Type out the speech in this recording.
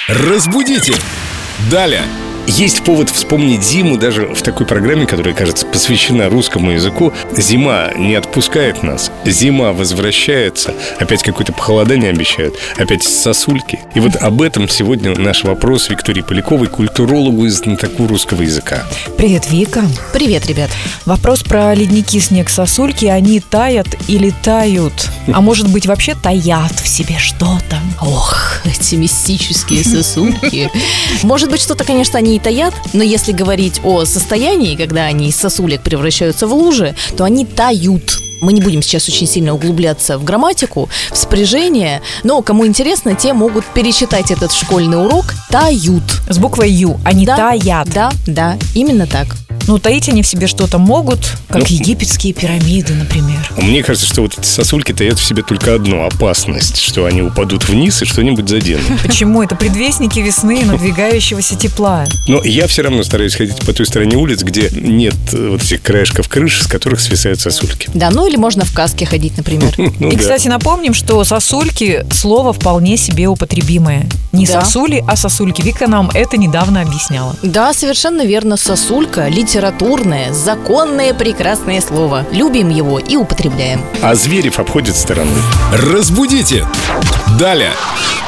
Разбудите! Далее! Есть повод вспомнить зиму даже в такой программе, которая, кажется, посвящена русскому языку. Зима не отпускает нас. Зима возвращается. Опять какое-то похолодание обещают. Опять сосульки. И вот об этом сегодня наш вопрос Виктории Поляковой, культурологу и знатоку русского языка. Привет, Вика. Привет, ребят. Вопрос про ледники, снег, сосульки. Они таят или тают? А может быть, вообще таят в себе что-то? Ох, эти мистические сосульки. Может быть, что-то, конечно, они и таят, но если говорить о состоянии, когда они из сосулек превращаются в лужи, то они тают. Мы не будем сейчас очень сильно углубляться в грамматику, в спряжение, но кому интересно, те могут перечитать этот школьный урок. Тают. С буквой «Ю». Они Да, таят. Да, именно так. Ну, таить они в себе что-то могут, как египетские пирамиды, например. Мне кажется, что вот эти сосульки таят в себе только одну опасность, что они упадут вниз и что-нибудь заденут. Почему? Это предвестники весны и надвигающегося тепла. Но я все равно стараюсь ходить по той стороне улиц, где нет вот этих краешков крыш, с которых свисают сосульки. Да, ну или можно в каске ходить, например. И, кстати, напомним, что сосульки – слово вполне себе употребимое. Не Да. сосули, а сосульки. Вика нам это недавно объясняла. Да, совершенно верно. Сосулька – литературное, законное, прекрасное слово. Любим его и употребляем. А Зверев обходит стороной. Разбудите! Далее!